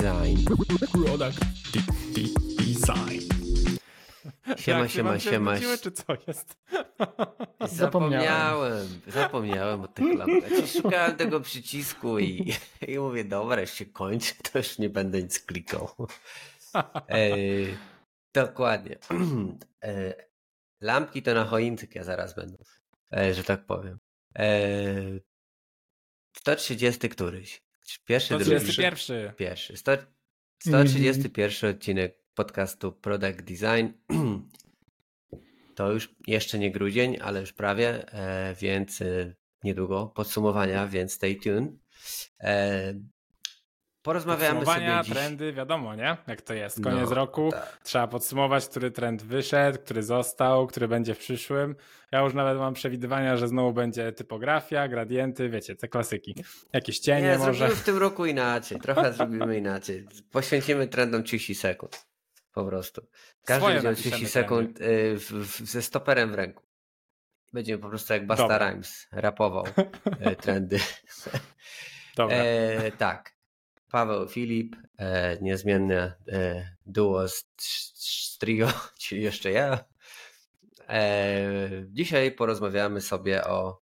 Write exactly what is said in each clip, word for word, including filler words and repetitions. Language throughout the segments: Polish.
Design. Product Design. Siema, siema, siema. Czy co jest? Zapomniałem. Zapomniałem o tych lampach. Ja szukałem tego przycisku i, i mówię, dobra, już się kończy, to już nie będę nic klikał. E, dokładnie. E, lampki to na choinkę zaraz będą, e, że tak powiem. E, sto trzydziesty któryś. Pierwszy, sto trzydziesty pierwszy. drugi. Pierwszy. sto, sto trzydziesty pierwszy mm-hmm. odcinek podcastu Product Design. To już jeszcze nie grudzień, ale już prawie, e, więc e, niedługo podsumowania, więc stay tuned. E, porozmawiamy Podsumowania, sobie dziś. trendy, wiadomo, nie? Jak to jest. Koniec No, roku. tak. Trzeba podsumować, który trend wyszedł, który został, który będzie w przyszłym. Ja już nawet mam przewidywania, że znowu będzie typografia, gradienty, wiecie, te klasyki. Jakieś cienie nie, może. Zrobimy w tym roku inaczej. Trochę zrobimy inaczej. Poświęcimy trendom trzydzieści sekund. Po prostu. Każdy Swoje będzie trzydzieści sekund y, w, w, ze stoperem w ręku. Będziemy po prostu jak Busta Dobra. Rhymes rapował y, trendy. Dobra. E, tak. Paweł, Filip, e, niezmienne e, duo z, z trio, czyli jeszcze ja. E, dzisiaj porozmawiamy sobie o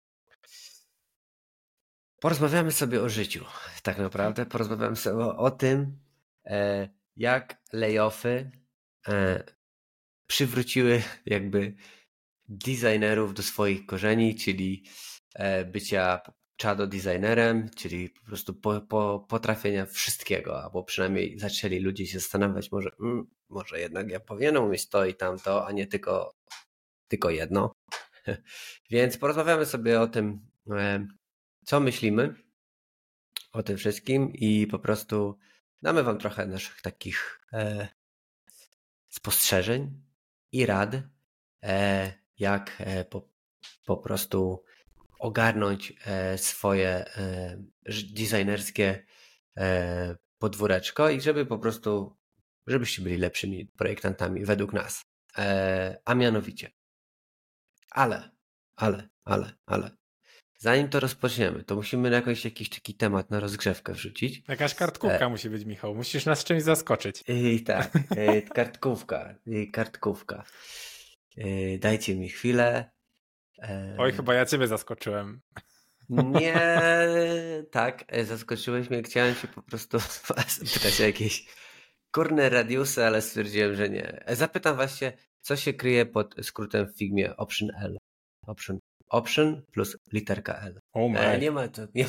porozmawiamy sobie o życiu. Tak naprawdę porozmawiamy sobie o, o tym, e, jak layoffy e, przywróciły jakby designerów do swoich korzeni, czyli e, bycia shadow designerem, czyli po prostu po, po, potrafienia wszystkiego, albo przynajmniej zaczęli ludzie się zastanawiać, może, mm, może jednak ja powinienem umieć to i tamto, a nie tylko, tylko jedno. Więc porozmawiamy sobie o tym, e, co myślimy o tym wszystkim i po prostu damy wam trochę naszych takich e, spostrzeżeń i rad, e, jak e, po, po prostu ogarnąć e, swoje e, designerskie e, podwóreczko i żeby po prostu, żebyście byli lepszymi projektantami według nas. E, a mianowicie, ale, ale, ale, ale, zanim to rozpoczniemy, to musimy na jakiś, jakiś taki temat na rozgrzewkę wrzucić. Jakaś kartkówka e... musi być, Michał. Musisz nas czymś zaskoczyć. I tak, e, kartkówka, e, kartkówka. E, dajcie mi chwilę. E... Oj, chyba ja ciebie zaskoczyłem. Nie, tak, zaskoczyłeś mnie. Chciałem się po prostu zapytać o jakieś kurne radiusy, ale stwierdziłem, że nie. Zapytam właśnie, co się kryje pod skrótem w Figmie Option L. Option, option plus literka L. Oh my. E, nie ma to. Nie,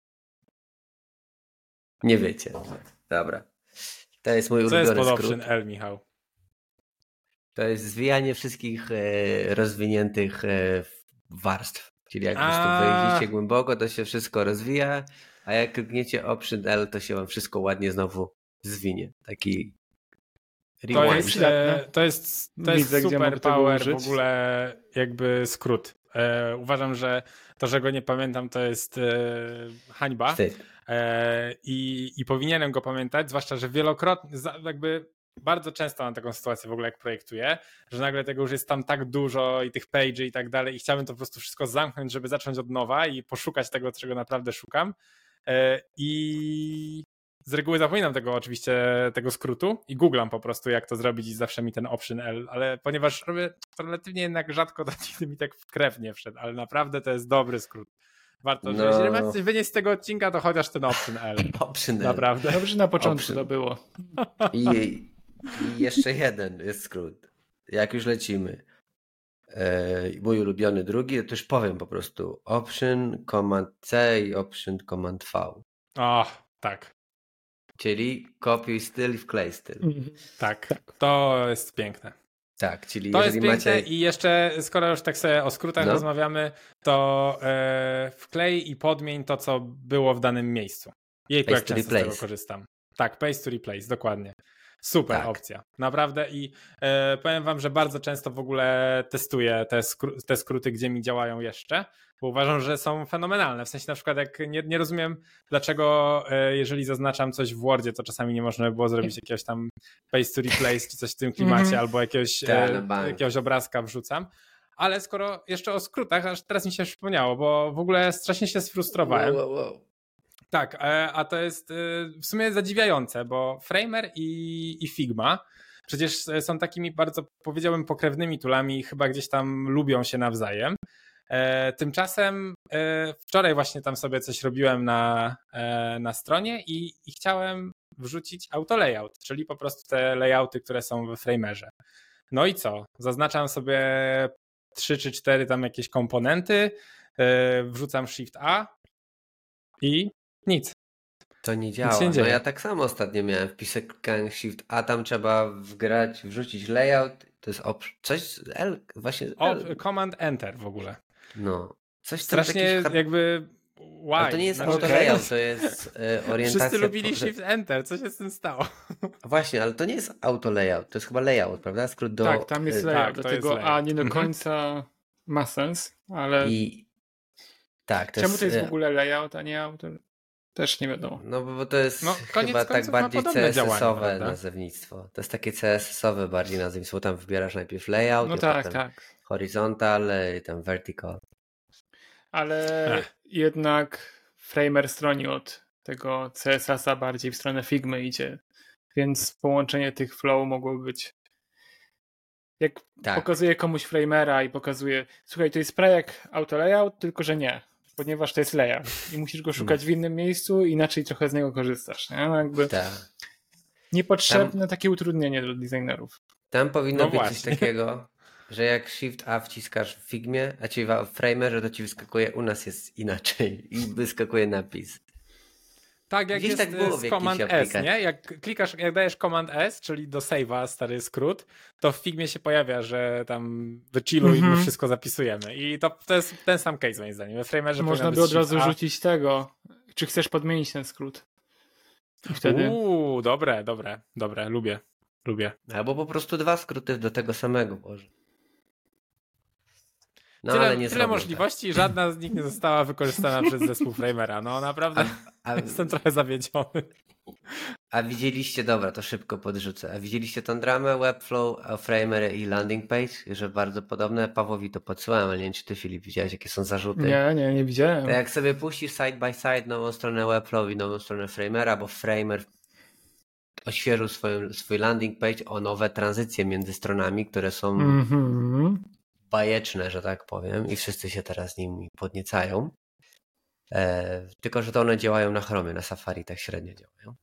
nie wiecie. Dobra. To jest mój co ulubiony jest pod skrót. Option L, Michał? To jest zwijanie wszystkich e, rozwiniętych e, warstw. Czyli jak po prostu wejdziecie głęboko, to się wszystko rozwija, a jak klikniecie Option L, to się wam wszystko ładnie znowu zwinie. Taki to jest, e, to jest, to jest Widzę, super power w ogóle jakby skrót. E, uważam, że to, że go nie pamiętam, to jest e, hańba. E, i, I powinienem go pamiętać, zwłaszcza, że wielokrotnie jakby bardzo często mam taką sytuację w ogóle, jak projektuję, że nagle tego już jest tam tak dużo i tych page'y i tak dalej i chciałbym to po prostu wszystko zamknąć, żeby zacząć od nowa i poszukać tego, czego naprawdę szukam. I z reguły zapominam tego oczywiście, tego skrótu i googlam po prostu, jak to zrobić i zawsze mi ten Option L, ale ponieważ robię to relatywnie jednak rzadko, to nigdy mi tak w krew nie wszedł, ale naprawdę to jest dobry skrót. Warto, no. Jeżeli macie coś wynieść z tego odcinka, to chociaż ten Option L. Option L. Naprawdę. Dobrze na początku option. To było. I, I jeszcze jeden jest skrót. Jak już lecimy. E, mój ulubiony drugi, to już powiem po prostu. Option, Command C i Option, Command V. O, tak. Czyli kopiuj styl i wklej styl. Tak, to jest piękne. Tak, czyli to jest piękne macie... i jeszcze, skoro już tak sobie o skrótach no. rozmawiamy, to e, wklej i podmień to, co było w danym miejscu. Jejku, jak często replace. Z tego korzystam. Tak, paste to replace, dokładnie. Super tak. opcja, naprawdę i e, powiem wam, że bardzo często w ogóle testuję te, skró- te skróty, gdzie mi działają jeszcze, bo uważam, że są fenomenalne, w sensie na przykład jak nie, nie rozumiem, dlaczego e, jeżeli zaznaczam coś w Wordzie, to czasami nie można by było zrobić jakiegoś tam paste to replace czy coś w tym klimacie, mm-hmm. albo jakiegoś, e, jakiegoś obrazka wrzucam, ale skoro jeszcze o skrótach, aż teraz mi się przypomniało, bo w ogóle strasznie się sfrustrowałem. Wow, wow, wow. Tak, a to jest w sumie zadziwiające, bo Framer i, i Figma przecież są takimi bardzo, powiedziałbym, pokrewnymi toolami, chyba gdzieś tam lubią się nawzajem. Tymczasem wczoraj właśnie tam sobie coś robiłem na, na stronie i, i chciałem wrzucić auto layout, czyli po prostu te layouty, które są we Framerze. No i co? Zaznaczam sobie trzy czy cztery tam jakieś komponenty, wrzucam Shift A i nic. To nie działa. Nie no ja tak samo ostatnio miałem wpisek Shift A, tam trzeba wgrać, wrzucić layout, to jest op- coś L, właśnie L. Op- Command Enter w ogóle. No. Coś strasznie tam jakby why? Ale to nie jest znaczy, auto layout, to jest e, orientacja. Wszyscy lubili po... Shift Enter, co się z tym stało? Właśnie, ale to nie jest auto layout, to jest chyba layout, prawda? Skrót do... Tak, tam jest layout, tak, dlatego jest layout. A nie do końca ma sens, ale I... tak, to czemu jest... to jest w ogóle layout, a nie auto? Też nie wiadomo. No bo to jest no, chyba tak bardziej C S S-owe nazewnictwo. To jest takie C S S-owe bardziej nazewnictwo. Tam wybierasz najpierw layout, no tak, tak. horizontal, tam vertical. Ale Ech. jednak Framer stroni od tego C S S-a bardziej w stronę Figmy idzie. Więc połączenie tych flow mogło być. Jak tak. pokazuje komuś Framera i pokazuje, słuchaj, to jest prawie jak auto layout, tylko że nie. Ponieważ to jest layout i musisz go szukać w innym miejscu, inaczej trochę z niego korzystasz. Nie? No jakby tak. Niepotrzebne tam, takie utrudnienie dla designerów. Tam powinno no być właśnie. Coś takiego, że jak Shift A wciskasz w Figmie, a ci w Framerze, to ci wyskakuje, u nas jest inaczej i wyskakuje napis. Tak, jak Gdzieś jest tak było z Command S, nie? Jak klikasz, jak dajesz Command S, czyli do save'a, stary skrót, to w Figmie się pojawia, że tam wychilluj mm-hmm. i my wszystko zapisujemy. I to, to jest ten sam case moim zdaniem. We Framerze można by od razu A. rzucić tego. Czy chcesz podmienić ten skrót? I wtedy... Uuu, dobre, dobre, dobre, lubię, lubię. Albo po prostu dwa skróty do tego samego, Boże. No, tyle ale nie tyle możliwości, tak. Żadna z nich nie została wykorzystana przez zespół Framera. No naprawdę a, a, jestem trochę zawiedziony. A widzieliście, dobra, to szybko podrzucę. A widzieliście tą dramę Webflow, Framer i Landing Page? Że bardzo podobne. Pawłowi to podsyłałem, ale nie wiem, czy ty, Filip, widziałeś, jakie są zarzuty? Nie, nie, nie widziałem. To jak sobie puścisz side by side nową stronę Webflow i nową stronę Framera, bo Framer oświeżył swoją, swój landing page o nowe tranzycje między stronami, które są mm-hmm. bajeczne, że tak powiem, i wszyscy się teraz nimi podniecają. E, tylko, że to one działają na Chromie, na Safari tak średnio działają.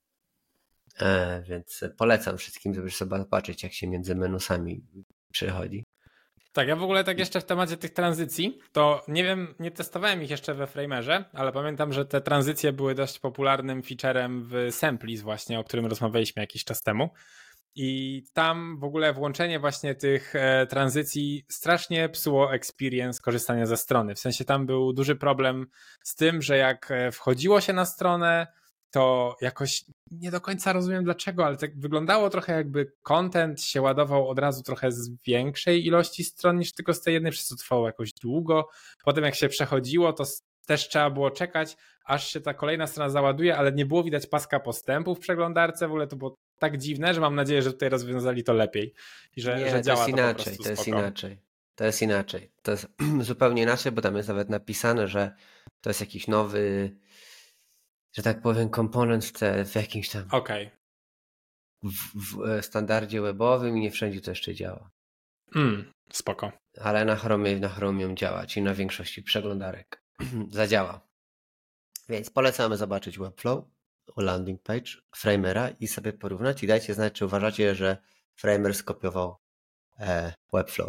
E, więc polecam wszystkim, żeby sobie zobaczyć, jak się między menusami przechodzi. Tak, ja w ogóle tak jeszcze w temacie tych tranzycji, to nie wiem, nie testowałem ich jeszcze we Framerze, ale pamiętam, że te tranzycje były dość popularnym featurem w Semplis właśnie, o którym rozmawialiśmy jakiś czas temu. I tam w ogóle włączenie właśnie tych e, tranzycji strasznie psuło experience korzystania ze strony. W sensie tam był duży problem z tym, że jak wchodziło się na stronę, to jakoś nie do końca rozumiem dlaczego, ale tak wyglądało trochę jakby content się ładował od razu trochę z większej ilości stron niż tylko z tej jednej, przez co trwało jakoś długo. Potem jak się przechodziło, to też trzeba było czekać, aż się ta kolejna strona załaduje, ale nie było widać paska postępu w przeglądarce. W ogóle to było tak dziwne, że mam nadzieję, że tutaj rozwiązali to lepiej i że, nie, że działa to, jest to inaczej, po prostu to jest spoko. inaczej. To jest inaczej. To jest zupełnie inaczej, bo tam jest nawet napisane, że to jest jakiś nowy, że tak powiem, komponent w, te, w jakimś tam okay. w, w standardzie webowym i nie wszędzie to jeszcze działa. Mm, spoko. Ale na Chromie, na Chromium działa, czyli na większości przeglądarek zadziała. Więc polecamy zobaczyć Webflow, landing page Framera i sobie porównać i dajcie znać, czy uważacie, że Framer skopiował e, Webflow.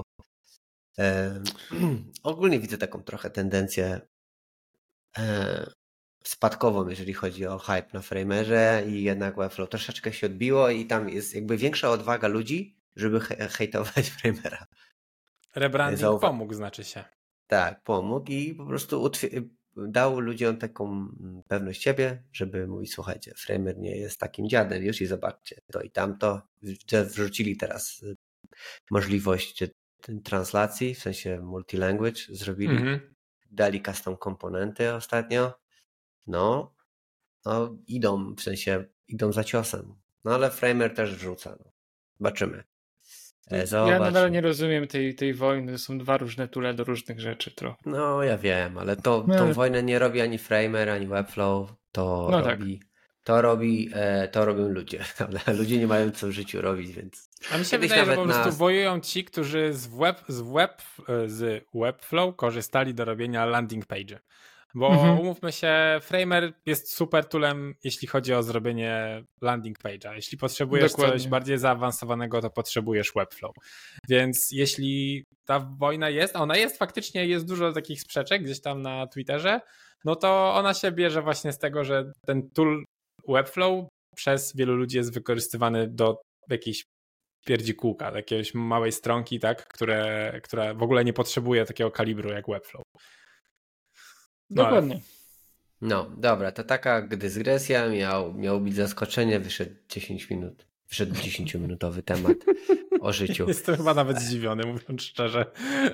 E, ogólnie widzę taką trochę tendencję e, spadkową, jeżeli chodzi o hype na Framerze i jednak Webflow troszeczkę się odbiło i tam jest jakby większa odwaga ludzi, żeby he- hejtować Framera. Rebranding Zauwa- pomógł, znaczy się. Tak, pomógł i po prostu utw- dał ludziom taką pewność siebie, żeby mówić, słuchajcie, Framer nie jest takim dziadem, już i zobaczcie, to i tamto. Wrzucili teraz możliwość translacji, w sensie multilanguage zrobili, mm-hmm. dali custom komponenty ostatnio, no, no idą, w sensie idą za ciosem, no ale Framer też wrzuca, no. Zobaczymy. Zobacz. Ja nadal nie rozumiem tej, tej wojny. To są dwa różne tule do różnych rzeczy trochę. No ja wiem, ale to, No, tą ale... wojnę nie robi ani Framer, ani Webflow. To no robi... Tak. To robi, to robią ludzie, ale ludzie nie mają co w życiu robić, więc... A mi się wydaje, że po prostu nas... wojują ci, którzy z, web, z, web, z Webflow korzystali do robienia landing page. Bo mhm. umówmy się, Framer jest super toolem, jeśli chodzi o zrobienie landing page'a. Jeśli potrzebujesz Dokładnie. coś bardziej zaawansowanego, to potrzebujesz Webflow. Więc jeśli ta wojna jest, a ona jest faktycznie, jest dużo takich sprzeczek gdzieś tam na Twitterze, no to ona się bierze właśnie z tego, że ten tool Webflow przez wielu ludzi jest wykorzystywany do jakiejś pierdzi kółka, jakiejś małej stronki, tak, które, która w ogóle nie potrzebuje takiego kalibru jak Webflow. No, Dokładnie. Ale... No, dobra, to taka dygresja, miał, miało być zaskoczenie, wyszedł dziesięć minut, wyszedł dziesięciominutowy temat o życiu. Jestem chyba nawet zdziwiony, mówiąc szczerze.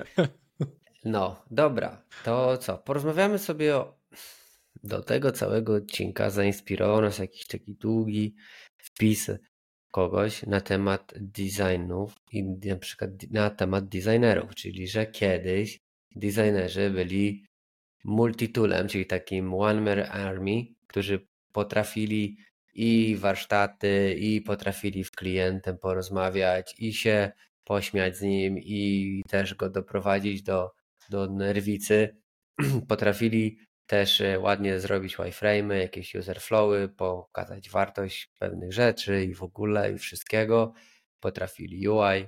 No, dobra, to co, porozmawiamy sobie o... Do tego całego odcinka zainspirował nas jakiś taki długi wpis kogoś na temat designów i na przykład na temat designerów, czyli że kiedyś designerzy byli multitoolem, czyli takim one-man army, którzy potrafili i warsztaty, i potrafili z klientem porozmawiać, i się pośmiać z nim, i też go doprowadzić do, do nerwicy. Potrafili też ładnie zrobić wireframe'y, jakieś user flow'y, pokazać wartość pewnych rzeczy i w ogóle i wszystkiego. Potrafili U I,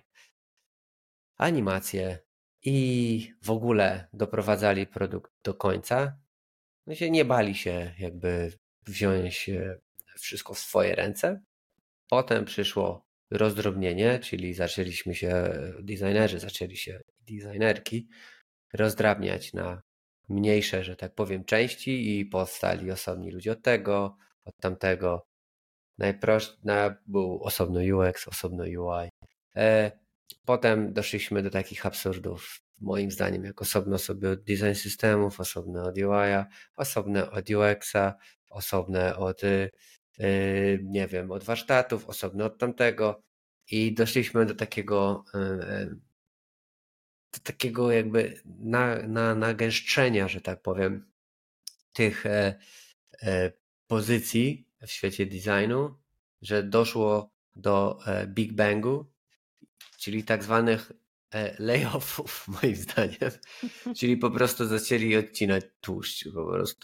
animacje i w ogóle doprowadzali produkt do końca. No się nie bali się jakby wziąć wszystko w swoje ręce. Potem przyszło rozdrobnienie, czyli zaczęliśmy się, designerzy zaczęli się, designerki rozdrabniać na mniejsze, że tak powiem, części i powstali osobni ludzie od tego, od tamtego. Najprost, na, był osobno U X, osobno U I. E, potem doszliśmy do takich absurdów, moim zdaniem, jak osobno sobie od design systemów, osobne od U I-a, osobne od U X-a, osobne od, y, y, nie wiem, od warsztatów, osobne od tamtego i doszliśmy do takiego y, do takiego jakby na, na, nagęszczenia, że tak powiem, tych e, e, pozycji w świecie designu, że doszło do e, Big Bangu, czyli tak zwanych e, layoffów, moim zdaniem, czyli po prostu zaczęli odcinać tłuszcz, po prostu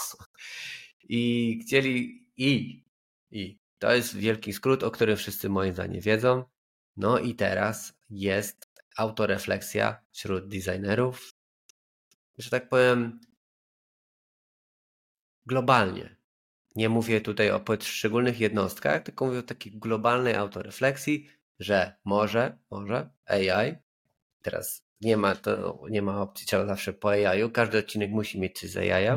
i chcieli i, i to jest wielki skrót, o którym wszyscy moim zdaniem wiedzą. No i teraz jest autorefleksja wśród designerów, że tak powiem, globalnie. Nie mówię tutaj o poszczególnych jednostkach, tylko mówię o takiej globalnej autorefleksji, że może, może A I, teraz nie ma, to, nie ma opcji, trzeba zawsze po A I-u, każdy odcinek musi mieć coś z A I-a,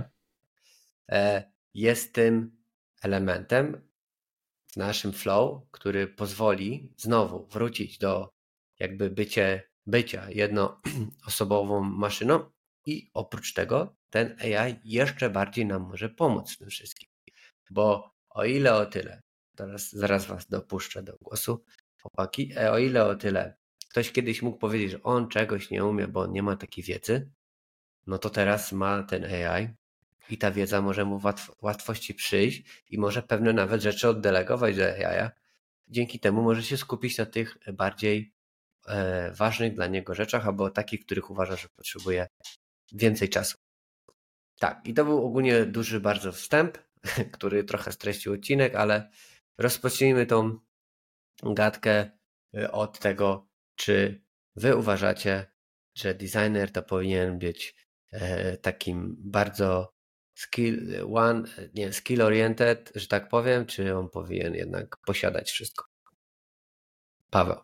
jest tym elementem w naszym flow, który pozwoli znowu wrócić do jakby bycie, bycia jednoosobową maszyną i oprócz tego ten A I jeszcze bardziej nam może pomóc w tym wszystkim. Bo o ile o tyle, teraz zaraz was dopuszczę do głosu, chłopaki, o ile o tyle ktoś kiedyś mógł powiedzieć, że on czegoś nie umie, bo on nie ma takiej wiedzy, no to teraz ma ten A I i ta wiedza może mu w łatw- łatwości przyjść i może pewne nawet rzeczy oddelegować do A I. Dzięki temu może się skupić na tych bardziej e, ważnych dla niego rzeczach, albo takich, których uważa, że potrzebuje więcej czasu. Tak, i to był ogólnie duży bardzo wstęp, który trochę streścił odcinek, ale rozpocznijmy tą gadkę od tego, czy wy uważacie, że designer to powinien być e, takim bardzo skill, one, nie, skill oriented, że tak powiem, czy on powinien jednak posiadać wszystko? Paweł.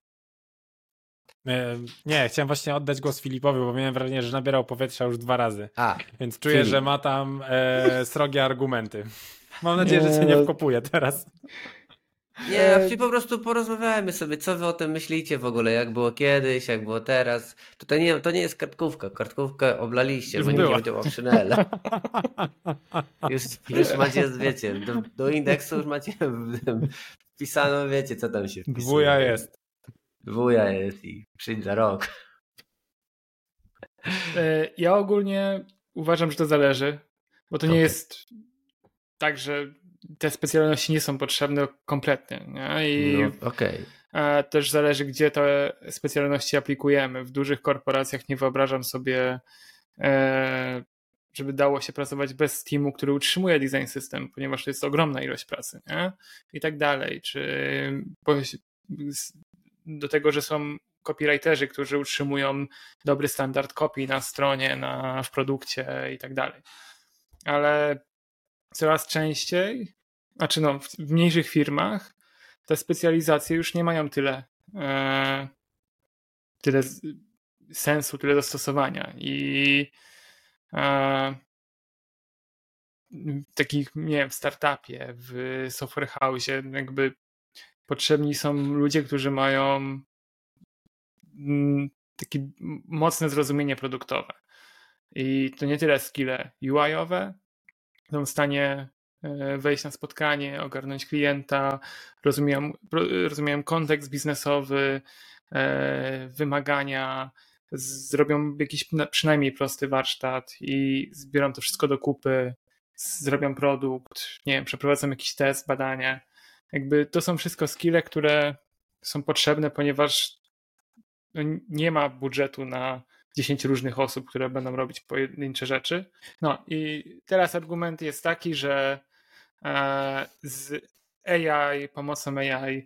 Nie, chciałem właśnie oddać głos Filipowi, bo miałem wrażenie, że nabierał powietrza już dwa razy. A, więc czuję, Filip. że ma tam e, srogie argumenty. Mam nadzieję, że się nie wkopuje teraz. Nie, czyli po prostu porozmawiajmy sobie, co wy o tym myślicie w ogóle, jak było kiedyś, jak było teraz. Tutaj nie, to nie jest kartkówka, kartkówkę oblaliście, już bo była. Nie będzie optional. Już, już macie, wiecie, do, do indeksu już macie wpisaną, wiecie, co tam się wpisuje. Dwuja jest. wuja jest i przyjdź za rok. Ja ogólnie uważam, że to zależy, bo to nie okay. jest tak, że te specjalności nie są potrzebne kompletnie. Nie? I no, okay. też zależy, gdzie te specjalności aplikujemy. W dużych korporacjach nie wyobrażam sobie, żeby dało się pracować bez teamu, który utrzymuje design system, ponieważ to jest ogromna ilość pracy, nie? I tak dalej. Czy do tego, że są copywriterzy, którzy utrzymują dobry standard copy na stronie, na, w produkcie i tak dalej. Ale coraz częściej, znaczy no, w mniejszych firmach te specjalizacje już nie mają tyle, e, tyle sensu, tyle zastosowania i e, w takich, nie wiem, w startupie, w software house jakby potrzebni są ludzie, którzy mają takie mocne zrozumienie produktowe. I to nie tyle skille U I-owe, są w stanie wejść na spotkanie, ogarnąć klienta, rozumieją, rozumieją kontekst biznesowy, wymagania, zrobią jakiś przynajmniej prosty warsztat i zbiorą to wszystko do kupy, zrobią produkt, nie wiem, przeprowadzą jakiś test, badanie. Jakby to są wszystko skille, które są potrzebne, ponieważ nie ma budżetu na dziesięć różnych osób, które będą robić pojedyncze rzeczy. No i teraz argument jest taki, że z A I, pomocą A I,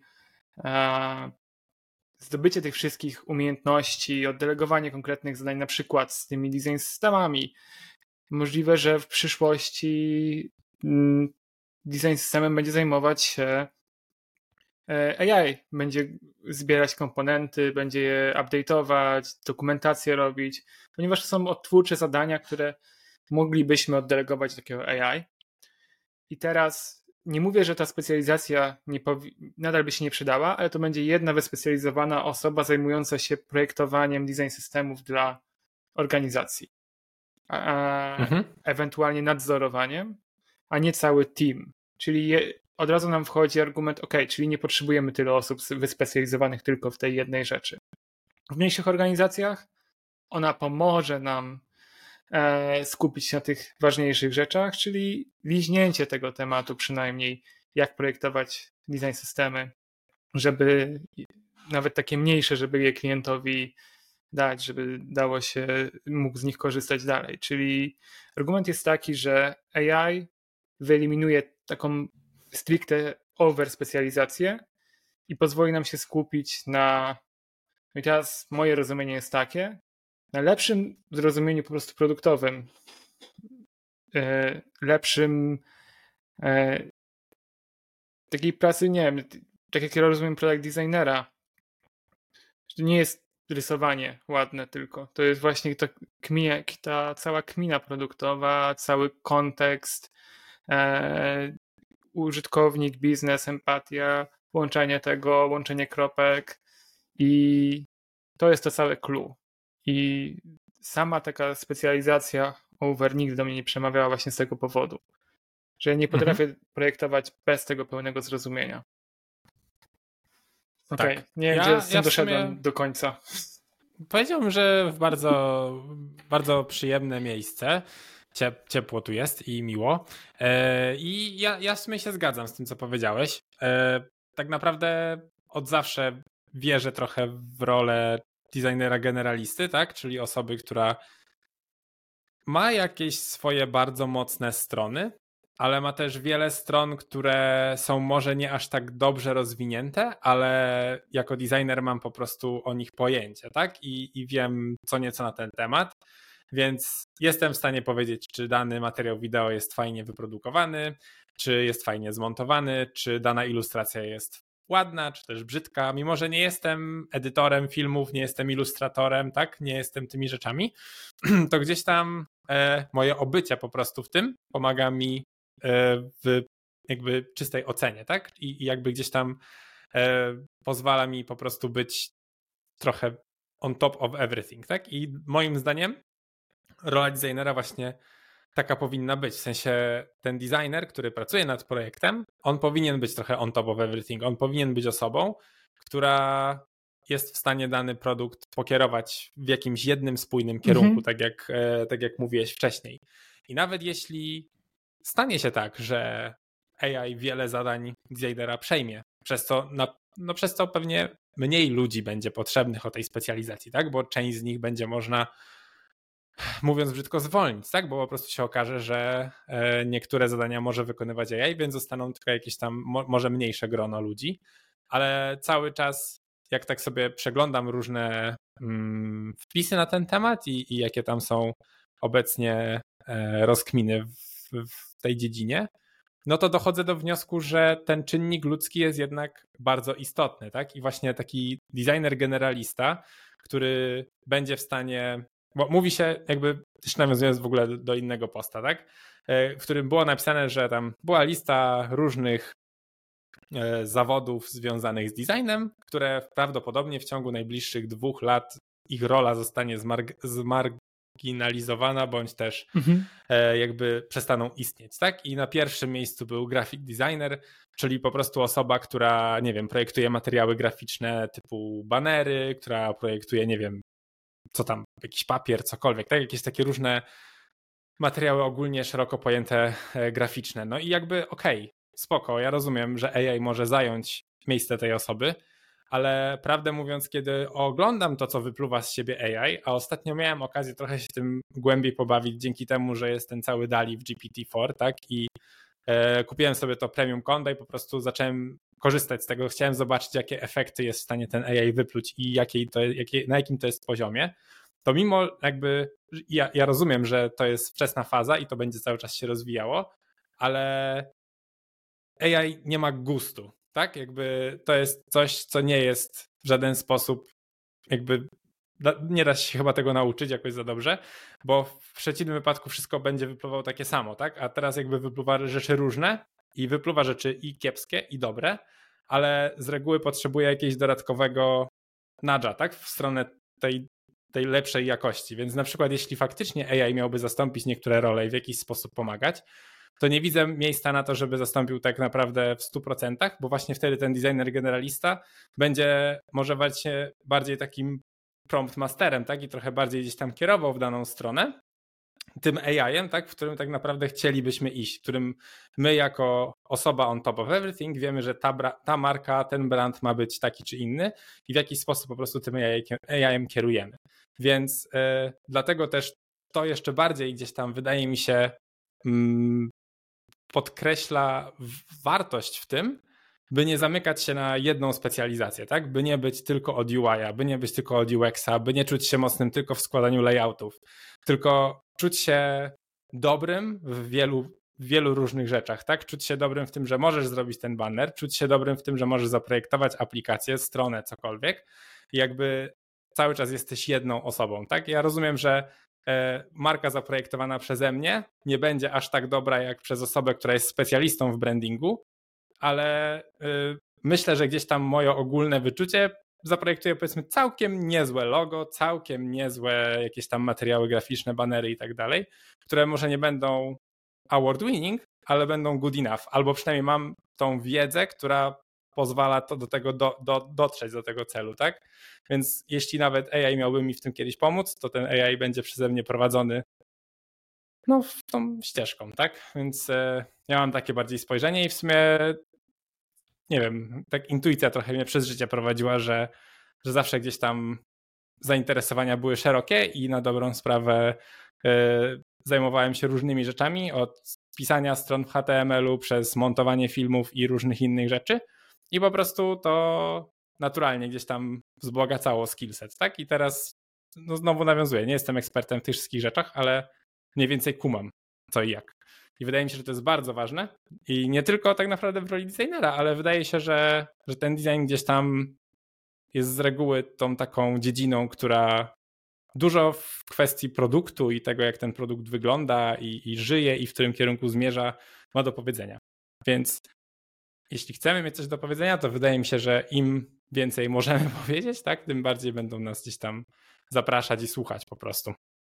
zdobycie tych wszystkich umiejętności, oddelegowanie konkretnych zadań, na przykład z tymi design systemami, możliwe, że w przyszłości design systemem będzie zajmować się A I. Będzie zbierać komponenty, będzie je update'ować, dokumentację robić, ponieważ to są odtwórcze zadania, które moglibyśmy oddelegować do takiego A I. I teraz nie mówię, że ta specjalizacja nie powi- nadal by się nie przydała, ale to będzie jedna wyspecjalizowana osoba zajmująca się projektowaniem design systemów dla organizacji. A, mhm. Ewentualnie nadzorowaniem, a nie cały team. Czyli je, od razu nam wchodzi argument, ok, czyli nie potrzebujemy tyle osób wyspecjalizowanych tylko w tej jednej rzeczy. W mniejszych organizacjach ona pomoże nam e, skupić się na tych ważniejszych rzeczach, czyli liźnięcie tego tematu przynajmniej, jak projektować design systemy, żeby nawet takie mniejsze, żeby je klientowi dać, żeby dało się, mógł z nich korzystać dalej. Czyli argument jest taki, że A I wyeliminuje taką stricte overspecjalizację i pozwoli nam się skupić na, no i teraz moje rozumienie jest takie, na lepszym zrozumieniu po prostu produktowym, lepszym takiej pracy, nie wiem, tak jak ja rozumiem product designera, to nie jest rysowanie ładne tylko, to jest właśnie ta, kmina, ta cała kmina produktowa, cały kontekst, użytkownik, biznes, empatia, łączenie tego, łączenie kropek i to jest to całe clue. I sama taka specjalizacja over nigdy do mnie nie przemawiała właśnie z tego powodu, że ja nie potrafię mhm. projektować bez tego pełnego zrozumienia. Okej, okay. tak. Nie wiem, ja, gdzie z tym ja doszedłem sumie... do końca. Powiedziałbym, że w bardzo, bardzo przyjemne miejsce. Ciepło tu jest i miło. I ja, ja w sumie się zgadzam z tym, co powiedziałeś. Tak naprawdę od zawsze wierzę trochę w rolę designera generalisty, tak? Czyli osoby, która ma jakieś swoje bardzo mocne strony, ale ma też wiele stron, które są może nie aż tak dobrze rozwinięte, ale jako designer mam po prostu o nich pojęcie, tak? I, i wiem co nieco na ten temat. Więc jestem w stanie powiedzieć, czy dany materiał wideo jest fajnie wyprodukowany, czy jest fajnie zmontowany, czy dana ilustracja jest ładna, czy też brzydka. Mimo że nie jestem edytorem filmów, nie jestem ilustratorem, tak, nie jestem tymi rzeczami, to gdzieś tam e, moje obycie po prostu w tym pomaga mi e, w jakby czystej ocenie, tak? I, i jakby gdzieś tam e, pozwala mi po prostu być trochę on top of everything, tak? I moim zdaniem rola designera właśnie taka powinna być. W sensie ten designer, który pracuje nad projektem, on powinien być trochę on top of everything. On powinien być osobą, która jest w stanie dany produkt pokierować w jakimś jednym spójnym kierunku, mhm. tak, jak, tak jak mówiłeś wcześniej. I nawet jeśli stanie się tak, że A I wiele zadań designera przejmie, przez co, na, no przez co pewnie mniej ludzi będzie potrzebnych o tej specjalizacji, tak? Bo część z nich będzie można, mówiąc brzydko, zwolnić, tak? Bo po prostu się okaże, że niektóre zadania może wykonywać A I, więc zostaną tylko jakieś tam może mniejsze grono ludzi, ale cały czas jak tak sobie przeglądam różne mm, wpisy na ten temat i, i jakie tam są obecnie e, rozkminy w, w tej dziedzinie, no to dochodzę do wniosku, że ten czynnik ludzki jest jednak bardzo istotny, tak? I właśnie taki designer generalista, który będzie w stanie, bo mówi się jakby, też nawiązując w ogóle do, do innego posta, tak? E, w którym było napisane, że tam była lista różnych zawodów związanych z designem, które prawdopodobnie w ciągu najbliższych dwóch lat ich rola zostanie zmarg- zmarginalizowana, bądź też mhm. jakby przestaną istnieć, tak? I na pierwszym miejscu był graphic designer, czyli po prostu osoba, która, nie wiem, projektuje materiały graficzne typu banery, która projektuje, nie wiem, co tam, jakiś papier, cokolwiek, tak? Jakieś takie różne materiały ogólnie szeroko pojęte graficzne. No i jakby okej, okay, spoko, ja rozumiem, że A I może zająć miejsce tej osoby, ale prawdę mówiąc, kiedy oglądam to, co wypluwa z siebie A I, a ostatnio miałem okazję trochę się tym głębiej pobawić dzięki temu, że jest ten cały DALL-E w G P T cztery, tak? I e, kupiłem sobie to premium konto i po prostu zacząłem korzystać z tego. Chciałem zobaczyć, jakie efekty jest w stanie ten A I wypluć i jakiej to, jakie, na jakim to jest poziomie. To mimo jakby, ja, ja rozumiem, że to jest wczesna faza i to będzie cały czas się rozwijało, ale A I nie ma gustu, tak? Jakby to jest coś, co nie jest w żaden sposób, jakby nie da się chyba tego nauczyć jakoś za dobrze, bo w przeciwnym wypadku wszystko będzie wypluwało takie samo, tak? A teraz jakby wypluwa rzeczy różne i wypluwa rzeczy i kiepskie, i dobre, ale z reguły potrzebuje jakiegoś dodatkowego nudge'a, tak? W stronę tej, tej lepszej jakości. Więc na przykład jeśli faktycznie A I miałby zastąpić niektóre role i w jakiś sposób pomagać, to nie widzę miejsca na to, żeby zastąpił tak naprawdę w stu procentach, bo właśnie wtedy ten designer generalista będzie może wać się bardziej takim prompt masterem, tak? I trochę bardziej gdzieś tam kierował w daną stronę tym A I-em, tak? W którym tak naprawdę chcielibyśmy iść, w którym my jako osoba on top of everything wiemy, że ta, bra- ta marka, ten brand ma być taki czy inny i w jakiś sposób po prostu tym A I-em kierujemy. Więc yy, dlatego też to jeszcze bardziej gdzieś tam wydaje mi się mm, podkreśla wartość w tym, by nie zamykać się na jedną specjalizację, tak? By nie być tylko od U I-a, by nie być tylko od U X-a, by nie czuć się mocnym tylko w składaniu layoutów, tylko czuć się dobrym w wielu, w wielu różnych rzeczach, tak? Czuć się dobrym w tym, że możesz zrobić ten banner, czuć się dobrym w tym, że możesz zaprojektować aplikację, stronę, cokolwiek i jakby cały czas jesteś jedną osobą, tak? Ja rozumiem, że marka zaprojektowana przeze mnie nie będzie aż tak dobra jak przez osobę, która jest specjalistą w brandingu, ale y, myślę, że gdzieś tam moje ogólne wyczucie zaprojektuje powiedzmy całkiem niezłe logo, całkiem niezłe jakieś tam materiały graficzne, banery i tak dalej, które może nie będą award winning, ale będą good enough, albo przynajmniej mam tą wiedzę, która pozwala to do tego do, do, dotrzeć do tego celu, tak? Więc jeśli nawet A I miałby mi w tym kiedyś pomóc, to ten A I będzie przeze mnie prowadzony no w tą ścieżką, tak? Więc e, ja mam takie bardziej spojrzenie i w sumie nie wiem, tak intuicja trochę mnie przez życie prowadziła, że, że zawsze gdzieś tam zainteresowania były szerokie i na dobrą sprawę e, zajmowałem się różnymi rzeczami, od pisania stron w H T M L u przez montowanie filmów i różnych innych rzeczy i po prostu to naturalnie gdzieś tam wzbogacało skillset, tak? I teraz no znowu nawiązuję, nie jestem ekspertem w tych wszystkich rzeczach, ale mniej więcej kumam co i jak. I wydaje mi się, że to jest bardzo ważne i nie tylko tak naprawdę w roli designera, ale wydaje się, że, że ten design gdzieś tam jest z reguły tą taką dziedziną, która dużo w kwestii produktu i tego, jak ten produkt wygląda i, i żyje i w którym kierunku zmierza, ma do powiedzenia. Więc jeśli chcemy mieć coś do powiedzenia, to wydaje mi się, że im więcej możemy powiedzieć, tak, tym bardziej będą nas gdzieś tam zapraszać i słuchać po prostu.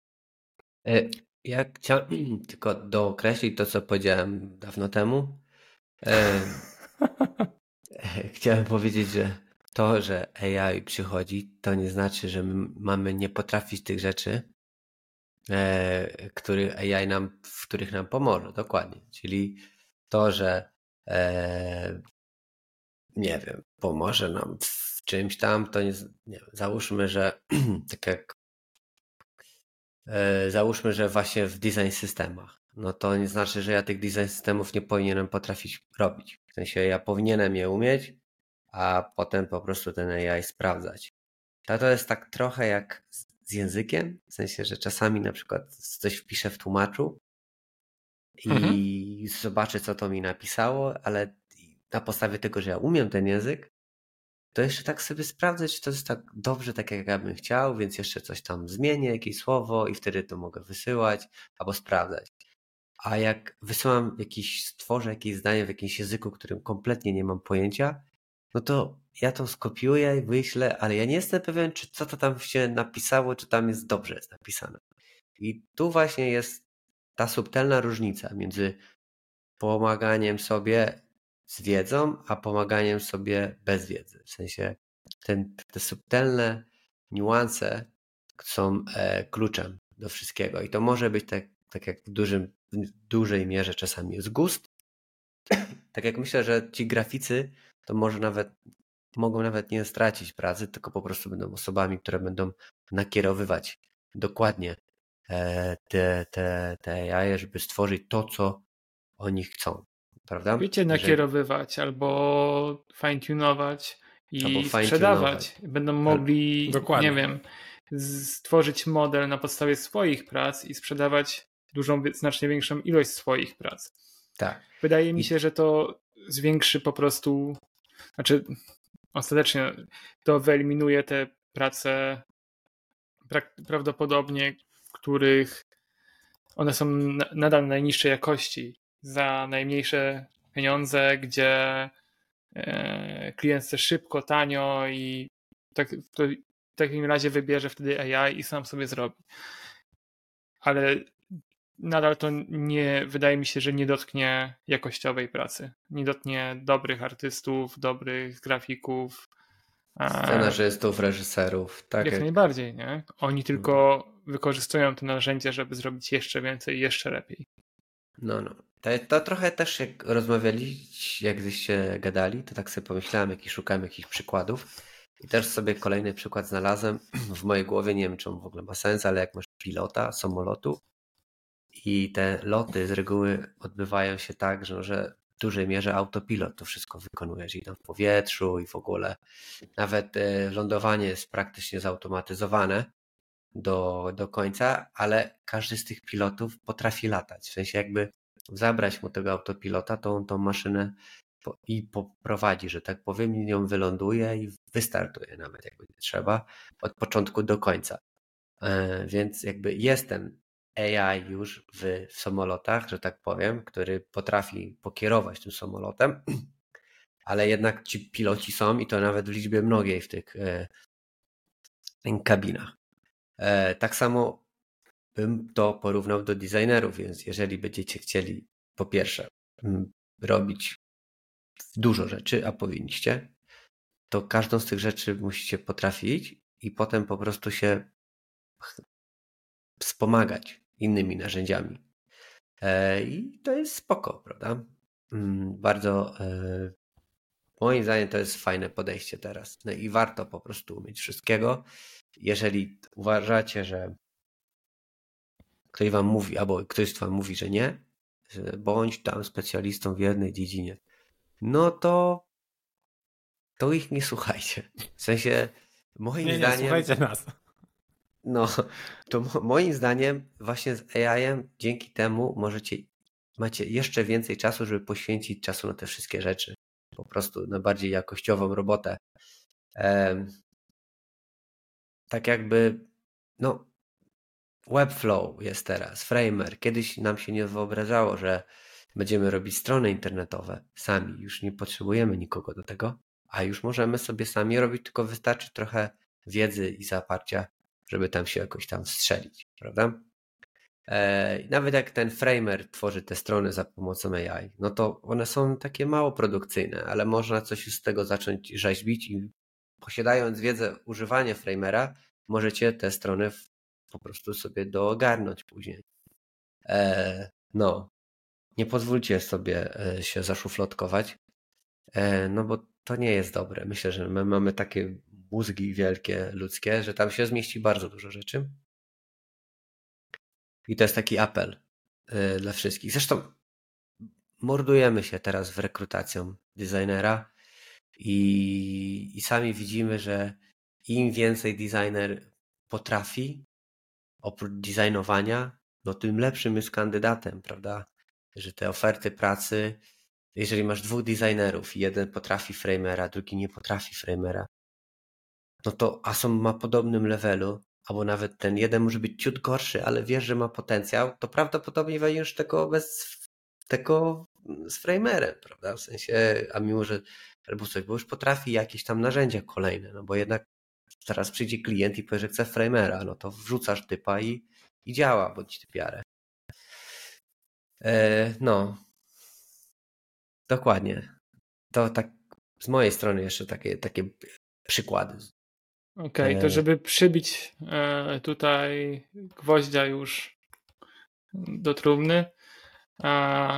Ja chciałem tylko dookreślić to, co powiedziałem dawno temu. Chciałem powiedzieć, że to, że A I przychodzi, to nie znaczy, że my mamy nie potrafić tych rzeczy, e, który A I nam, w których nam pomoże, dokładnie. Czyli to, że e, nie wiem, pomoże nam w czymś tam, to nie, nie wiem, załóżmy, że tak jak e, załóżmy, że właśnie w design systemach, no to nie znaczy, że ja tych design systemów nie powinienem potrafić robić. W sensie ja powinienem je umieć, a potem po prostu ten A I sprawdzać. To, to jest tak trochę jak z, z językiem, w sensie, że czasami na przykład coś wpiszę w tłumaczu i mhm. zobaczę, co to mi napisało, ale na podstawie tego, że ja umiem ten język, to jeszcze tak sobie sprawdzę, czy to jest tak dobrze, tak jak ja bym chciał, więc jeszcze coś tam zmienię, jakieś słowo i wtedy to mogę wysyłać albo sprawdzać. A jak wysyłam jakiś, stworzę jakieś zdanie w jakimś języku, którym kompletnie nie mam pojęcia, no to ja to skopiuję i wyślę, ale ja nie jestem pewien, czy co to tam się napisało, czy tam jest dobrze jest napisane. I tu właśnie jest ta subtelna różnica między pomaganiem sobie z wiedzą, a pomaganiem sobie bez wiedzy. W sensie ten, te subtelne niuanse są e, kluczem do wszystkiego. I to może być tak, tak jak w, dużym, w dużej mierze czasami jest gust. Tak jak myślę, że ci graficy to może nawet mogą nawet nie stracić pracy, tylko po prostu będą osobami, które będą nakierowywać dokładnie te, te, te A I, żeby stworzyć to, co oni chcą. Prawda? Wiecie, nakierowywać Jeżeli... albo fine-tunować i albo sprzedawać. Będą mogli, Dokładnie. nie wiem, stworzyć model na podstawie swoich prac i sprzedawać dużą, znacznie większą ilość swoich prac. Tak. Wydaje mi się, I... że to zwiększy po prostu, znaczy ostatecznie to wyeliminuje te prace pra- prawdopodobnie, których one są nadal najniższej jakości, za najmniejsze pieniądze, gdzie klient chce szybko, tanio i tak, to w takim razie wybierze wtedy A I i sam sobie zrobi. Ale nadal to nie, wydaje mi się, że nie dotknie jakościowej pracy. Nie dotknie dobrych artystów, dobrych grafików. Scenarzystów, reżyserów. Tak jak, jak najbardziej, nie? Oni tylko hmm. wykorzystują te narzędzia, żeby zrobić jeszcze więcej i jeszcze lepiej. No, no. To, to trochę też jak rozmawialiście, jak żeście gadali, to tak sobie pomyślałem, jak i szukałem jakichś przykładów i też sobie kolejny przykład znalazłem w mojej głowie, nie wiem, czy on w ogóle ma sens, ale jak masz pilota samolotu i te loty z reguły odbywają się tak, że, że w dużej mierze autopilot to wszystko wykonuje, czyli tam w powietrzu i w ogóle nawet lądowanie jest praktycznie zautomatyzowane do, do końca, ale każdy z tych pilotów potrafi latać. W sensie jakby zabrać mu tego autopilota, tą, tą maszynę po, i poprowadzi, że tak powiem, i ją wyląduje i wystartuje nawet jak będzie trzeba, od początku do końca. E, więc jakby jest ten A I już w, w samolotach, że tak powiem, który potrafi pokierować tym samolotem, ale jednak ci piloci są i to nawet w liczbie mnogiej w tych e, kabinach. Tak samo bym to porównał do designerów, więc jeżeli będziecie chcieli po pierwsze robić dużo rzeczy, a powinniście, to każdą z tych rzeczy musicie potrafić i potem po prostu się wspomagać innymi narzędziami. I to jest spoko, prawda? Bardzo moim zdaniem to jest fajne podejście teraz. No i warto po prostu umieć wszystkiego. Jeżeli uważacie, że ktoś wam mówi, albo ktoś wam mówi, że nie, że bądź tam specjalistą w jednej dziedzinie, no to to ich nie słuchajcie. W sensie moim nie, zdaniem... Nie, słuchajcie nas. No, to moim zdaniem właśnie z A I-em dzięki temu możecie, macie jeszcze więcej czasu, żeby poświęcić czasu na te wszystkie rzeczy. Po prostu na bardziej jakościową robotę. Ehm, tak jakby, no, Webflow jest teraz, Framer. Kiedyś nam się nie wyobrażało, że będziemy robić strony internetowe sami. Już nie potrzebujemy nikogo do tego, a już możemy sobie sami robić, tylko wystarczy trochę wiedzy i zaparcia, żeby tam się jakoś tam strzelić, prawda? E, nawet jak ten Framer tworzy te strony za pomocą A I, no to one są takie mało produkcyjne, ale można coś z tego zacząć rzeźbić i posiadając wiedzę używania Framera, możecie te strony po prostu sobie doogarnąć później. E, no, nie pozwólcie sobie się zaszufladkować, e, no bo to nie jest dobre. Myślę, że my mamy takie mózgi wielkie, ludzkie, że tam się zmieści bardzo dużo rzeczy. I to jest taki apel y, dla wszystkich. Zresztą mordujemy się teraz w rekrutacją designera i, i sami widzimy, że im więcej designer potrafi, oprócz designowania, no tym lepszym jest kandydatem, prawda? Że te oferty pracy, jeżeli masz dwóch designerów i jeden potrafi Framera, drugi nie potrafi Framera, no to a są na podobnym levelu, albo nawet ten jeden może być ciut gorszy, ale wiesz, że ma potencjał, to prawdopodobnie weźmiesz tego bez tego z Framerem, prawda? W sensie, a mimo, że albo coś, bo już potrafi jakieś tam narzędzia kolejne, no bo jednak zaraz przyjdzie klient i powie, że chce Framera, no to wrzucasz typa i, i działa, bądź typiarę. E, no. Dokładnie. To tak z mojej strony jeszcze takie, takie przykłady. Okej, okay, to żeby przybić e, tutaj gwoździa już do trumny, a,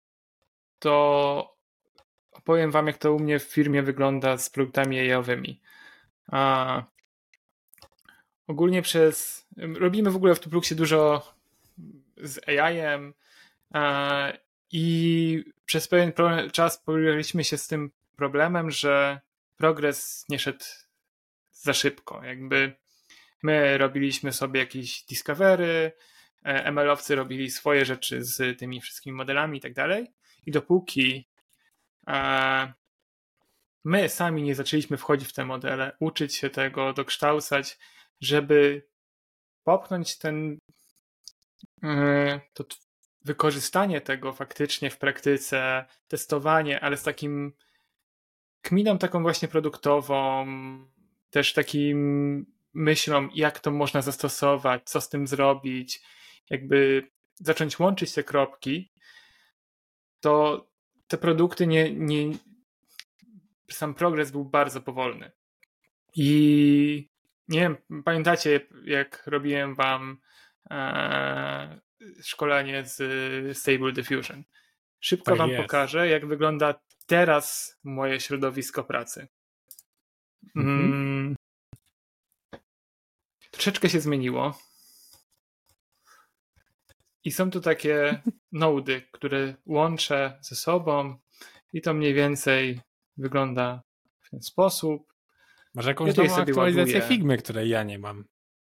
to opowiem wam, jak to u mnie w firmie wygląda z produktami A I-owymi. A, ogólnie przez... Robimy w ogóle w Tupluxie dużo z A I-em a, i przez pewien czas pojawialiśmy się z tym problemem, że progres nie szedł za szybko. Jakby my robiliśmy sobie jakieś discovery, M L-owcy robili swoje rzeczy z tymi wszystkimi modelami i tak dalej. I dopóki e, my sami nie zaczęliśmy wchodzić w te modele, uczyć się tego, dokształcać, żeby popchnąć ten e, to wykorzystanie tego faktycznie w praktyce, testowanie, ale z takim kminą taką właśnie produktową, też takim myślą, jak to można zastosować, co z tym zrobić, jakby zacząć łączyć te kropki, to te produkty nie, nie sam progres był bardzo powolny. I nie wiem, pamiętacie, jak robiłem wam e, szkolenie z Stable Diffusion. Szybko tak wam jest. Pokażę, jak wygląda teraz moje środowisko pracy. Mhm. Mm, troszeczkę się zmieniło. I są tu takie nody, które łączę ze sobą i to mniej więcej wygląda w ten sposób. Masz jakąś nową aktualizację ładuję. Figmy, której ja nie mam.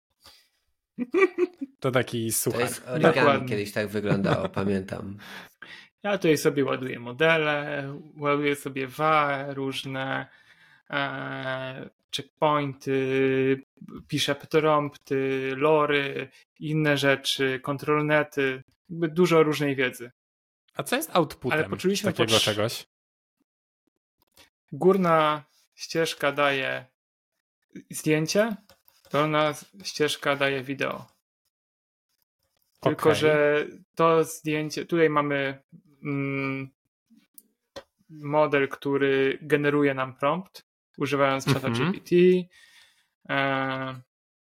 To taki suchar. To jest origami, kiedyś tak wyglądało, pamiętam. Ja tutaj sobie ładuję modele, ładuję sobie W A, różne e, checkpointy, piszę prompty, lory, inne rzeczy, kontrolnety, jakby dużo różnej wiedzy. A co jest outputem Ale poczuliśmy takiego pod... czegoś? Górna ścieżka daje zdjęcie, dolna ścieżka daje wideo. Tylko, okay. że to zdjęcie, tutaj mamy mm, model, który generuje nam prompt, używając czata mm-hmm. G P T. E,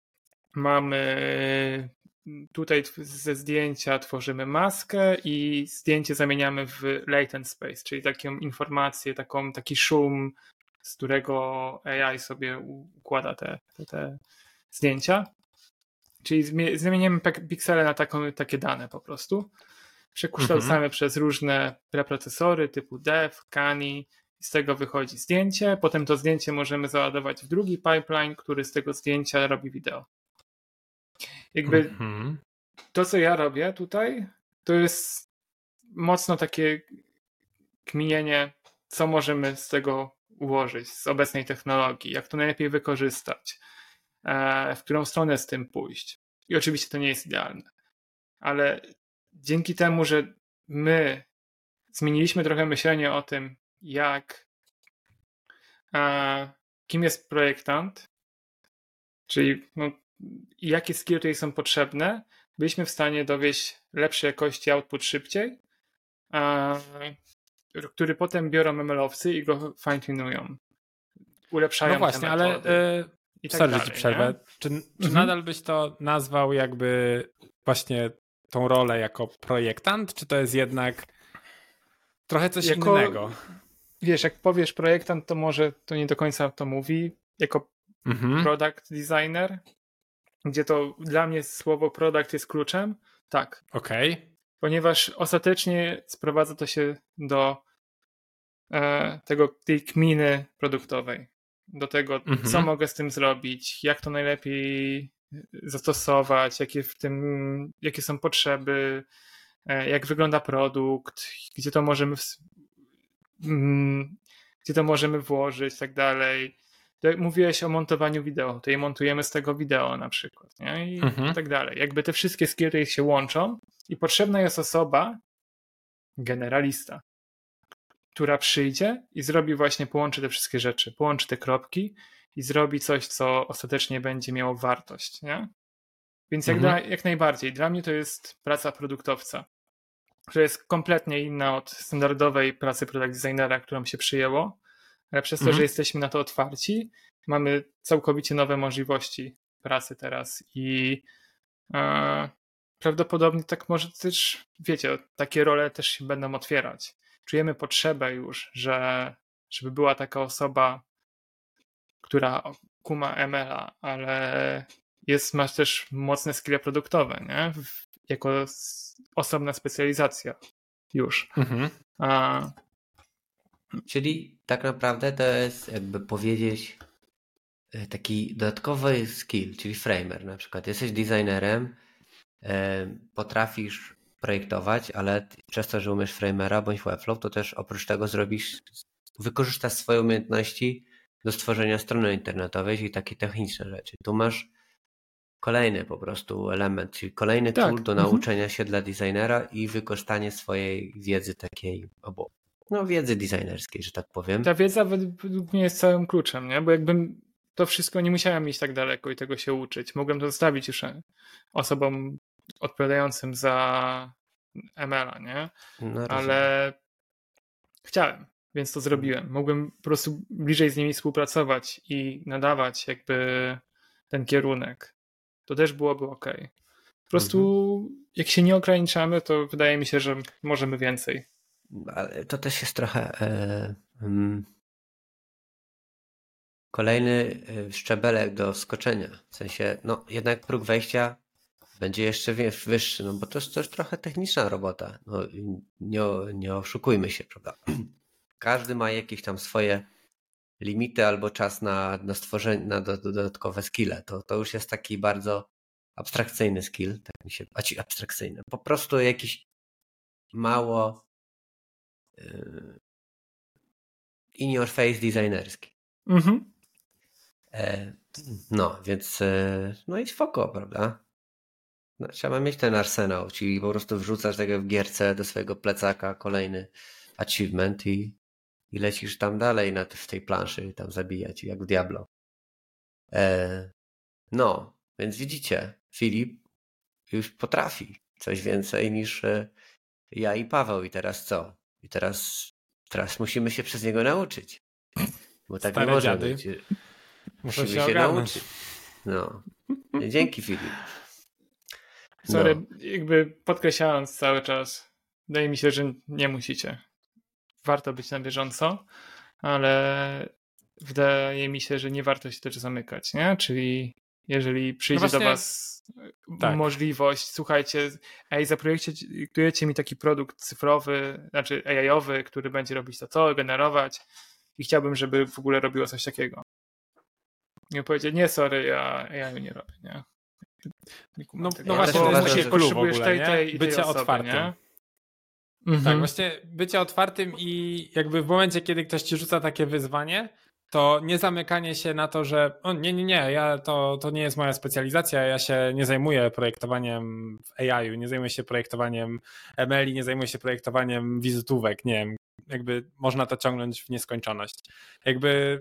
mamy tutaj ze zdjęcia tworzymy maskę i zdjęcie zamieniamy w latent space, czyli taką informację, taką, taki szum, z którego A I sobie układa te, te, te zdjęcia. Czyli zmieniamy piksele na taką, takie dane po prostu. Przekształcamy mm-hmm. przez różne preprocesory typu dev, cani. Z tego wychodzi zdjęcie. Potem to zdjęcie możemy załadować w drugi pipeline, który z tego zdjęcia robi wideo. Jakby mm-hmm. to, co ja robię tutaj, to jest mocno takie kminienie, co możemy z tego ułożyć, z obecnej technologii, jak to najlepiej wykorzystać, w którą stronę z tym pójść. I oczywiście to nie jest idealne. Ale dzięki temu, że my zmieniliśmy trochę myślenie o tym, jak a, kim jest projektant, czyli no, jakie skilly tutaj są potrzebne, byliśmy w stanie dowieść lepszej jakości output szybciej, a, który potem biorą M L-owcy i go fine-tunują. ulepszają no właśnie, te metody. ale yy, i tak sorry, dalej, ci przerwę. Czy, czy mhm. nadal byś to nazwał jakby właśnie tą rolę jako projektant, czy to jest jednak trochę coś jako, innego? Wiesz, jak powiesz projektant, to może to nie do końca to mówi. Jako mhm. product designer, gdzie to dla mnie słowo product jest kluczem, tak. Okej. Okay. Ponieważ ostatecznie sprowadza to się do e, tego, tej kminy produktowej. Do tego, mhm. co mogę z tym zrobić, jak to najlepiej zastosować, jakie w tym, jakie są potrzeby, e, jak wygląda produkt, gdzie to możemy w, mm, gdzie to możemy włożyć i tak dalej. Mówiłeś o montowaniu wideo, tutaj montujemy z tego wideo na przykład, nie? I mhm. tak dalej. Jakby te wszystkie skilly się łączą i potrzebna jest osoba, generalista, która przyjdzie i zrobi właśnie, połączy te wszystkie rzeczy, połączy te kropki i zrobi coś, co ostatecznie będzie miało wartość, nie? Więc jak, mhm. da, jak najbardziej. Dla mnie to jest praca produktowca, która jest kompletnie inna od standardowej pracy product designera, którą się przyjęło, ale przez to, mhm. że jesteśmy na to otwarci, mamy całkowicie nowe możliwości pracy teraz i e, prawdopodobnie tak może też, wiecie, takie role też się będą otwierać. Czujemy potrzebę już, że żeby była taka osoba, która kuma M L a, ale jest, masz też mocne skille produktowe, nie? Jako osobna specjalizacja już. Mhm. A, Czyli tak naprawdę to jest, jakby powiedzieć, taki dodatkowy skill, czyli framer na przykład. Jesteś designerem, potrafisz projektować, ale przez to, że umiesz framera bądź webflow, to też oprócz tego zrobisz, wykorzystasz swoje umiejętności do stworzenia strony internetowej, czyli takie techniczne rzeczy. Tu masz kolejny po prostu element, czyli kolejny tak. tool do mhm. nauczenia się dla designera i wykorzystanie swojej wiedzy takiej, albo no wiedzy designerskiej, że tak powiem. Ta wiedza według mnie jest całym kluczem, nie? Bo jakbym to wszystko, nie musiałem iść tak daleko i tego się uczyć. Mogłem to zostawić już osobom odpowiadającym za M L a, nie? No, ale chciałem, więc to zrobiłem. Mogłem po prostu bliżej z nimi współpracować i nadawać jakby ten kierunek. To też byłoby ok. Po prostu mhm. jak się nie ograniczamy, to wydaje mi się, że możemy więcej. Ale to też jest trochę e, um, kolejny szczebelek do wskoczenia. W sensie, no jednak próg wejścia będzie jeszcze wyższy, no bo to jest też trochę techniczna robota. No, nie, nie oszukujmy się, prawda? Każdy ma jakieś tam swoje limity albo czas na, na stworzenie, na dodatkowe skille. To, to już jest taki bardzo abstrakcyjny skill, tak mi się, a ci abstrakcyjny. Po prostu jakiś mało yy, in your face designerski. Mhm. E, no, więc e, no i spoko, prawda? No, trzeba mieć ten arsenał, czyli po prostu wrzucasz tego w gierce do swojego plecaka kolejny achievement i, i lecisz tam dalej na, w tej planszy tam zabijać, jak w Diablo. E, no, więc widzicie, Filip już potrafi coś więcej niż e, ja i Paweł. I teraz co? I teraz, teraz musimy się przez niego nauczyć. Bo tak Stare nie może dziady. być. Muszę Musimy się, się nauczyć. No. Dzięki, Filip. Sorry, no. Jakby podkreślając cały czas, wydaje mi się, że nie musicie. Warto być na bieżąco, ale wydaje mi się, że nie warto się też zamykać, nie? Czyli jeżeli przyjdzie no właśnie, do was tak. możliwość, słuchajcie, ej, zaprojektujecie mi taki produkt cyfrowy, znaczy A I-owy, który będzie robić to, to, generować i chciałbym, żeby w ogóle robiło coś takiego. Nie powiedzieć, nie, sorry, ja A I nie robię, nie? No, no ja właśnie, to jest klucz w ogóle, tej, tej, tej bycie osoby, otwartym. Nie? Mhm. Tak, właśnie bycie otwartym i jakby w momencie, kiedy ktoś ci rzuca takie wyzwanie, to nie zamykanie się na to, że o, nie, nie, nie, ja, to, to nie jest moja specjalizacja, ja się nie zajmuję projektowaniem w A I-u, nie zajmuję się projektowaniem M L i, nie zajmuję się projektowaniem wizytówek, nie wiem, jakby można to ciągnąć w nieskończoność. Jakby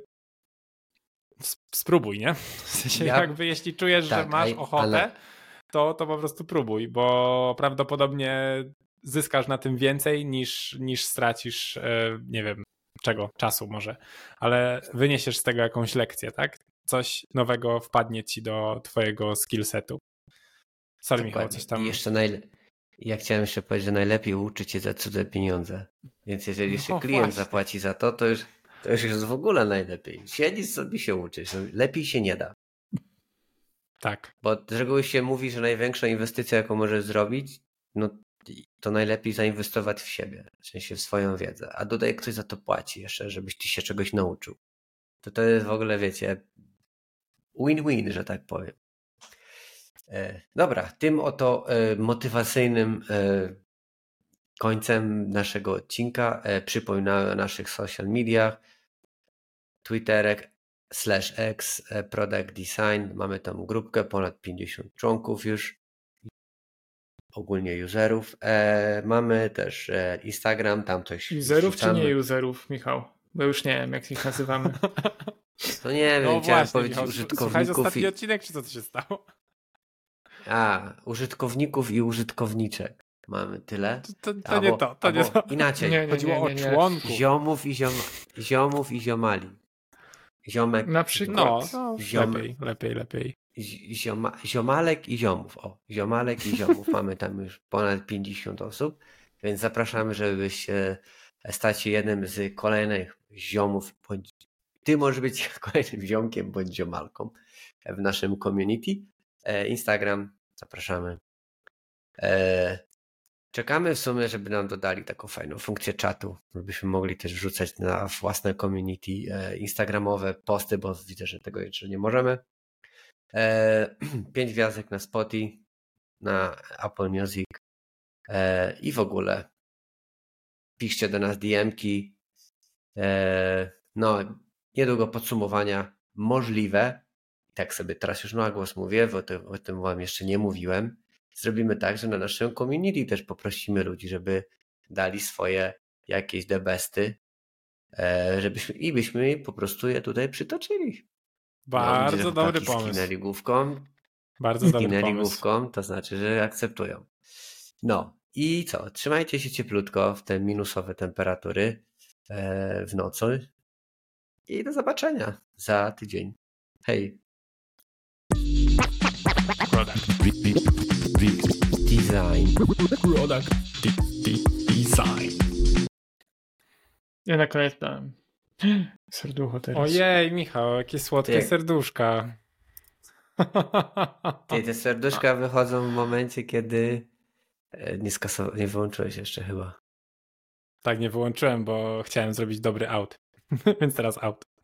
spróbuj, nie? W sensie ja... jakby jeśli czujesz, tak, że masz ochotę, ale... to, to po prostu próbuj, bo prawdopodobnie zyskasz na tym więcej niż, niż stracisz, nie wiem, czego? Czasu może, ale wyniesiesz z tego jakąś lekcję, tak? Coś nowego wpadnie ci do twojego skillsetu. Sorry, Michał, coś tam... I jeszcze najle... Ja chciałem jeszcze powiedzieć, że najlepiej uczyć się za cudze pieniądze. Więc jeżeli jeszcze No klient właśnie. zapłaci za to, to już, to już jest w ogóle najlepiej. Siedzieć sobie się uczyć. No, lepiej się nie da. Tak. Bo z reguły się mówi, że największa inwestycja, jaką możesz zrobić, no to najlepiej zainwestować w siebie, w sensie w swoją wiedzę. A tutaj ktoś za to płaci jeszcze, żebyś ty się czegoś nauczył. To to jest w ogóle, wiecie, win-win, że tak powiem. Dobra, tym oto motywacyjnym końcem naszego odcinka przypominamy o naszych social mediach. Twitterek slash X Product Design. Mamy tam grupkę, ponad pięćdziesiąt członków już. Ogólnie userów. Mamy też Instagram, tam coś Userów wrzucamy. czy nie userów, Michał? Bo już nie wiem, jak ich nazywamy. No nie wiem, no chciałem właśnie, powiedzieć Michał, użytkowników. Słuchaj ostatni i... odcinek, czy co to się stało? A, użytkowników i użytkowniczek. Mamy tyle. To, to, to albo, nie to, to nie to. Inaczej. Nie, nie, Chodziło nie, nie, nie. o członków. Ziomów i, ziom... ziomów i ziomali. Ziomek. Na przykład. No, no Ziom... lepiej, lepiej, lepiej. Zioma... Ziomalek i ziomów. O, ziomalek i ziomów. Mamy tam już ponad pięćdziesiąt osób, więc zapraszamy, żebyś stać się jednym z kolejnych ziomów. Bądź... Ty możesz być kolejnym ziomkiem bądź ziomalką w naszym community. Instagram, zapraszamy. Czekamy w sumie, żeby nam dodali taką fajną funkcję czatu, żebyśmy mogli też wrzucać na własne community instagramowe posty, bo widzę, że tego jeszcze nie możemy. Pięć gwiazdek na Spotify, na Apple Music i w ogóle piszcie do nas D M-ki. No, niedługo podsumowania możliwe. Tak sobie teraz już na głos mówię, bo to, o tym wam jeszcze nie mówiłem. Zrobimy tak, że na naszym community też poprosimy ludzi, żeby dali swoje jakieś the besty, żebyśmy i byśmy po prostu je tutaj przytoczyli. Bardzo no, dobry pomysł. Skinęli główką, Bardzo dobry skinęli pomysł. główką, to znaczy, że akceptują. No i co? Trzymajcie się cieplutko w te minusowe temperatury w nocy i do zobaczenia za tydzień. Hej! Product. Design. Product. Design. Ja na koniec dałem. Serducho teraz. Ojej, Michał, jakie słodkie Ty. serduszka. Ty, te serduszka wychodzą w momencie, kiedy nie skasowa- nie wyłączyłeś jeszcze chyba. Tak, nie wyłączyłem, bo chciałem zrobić dobry out. Więc teraz out.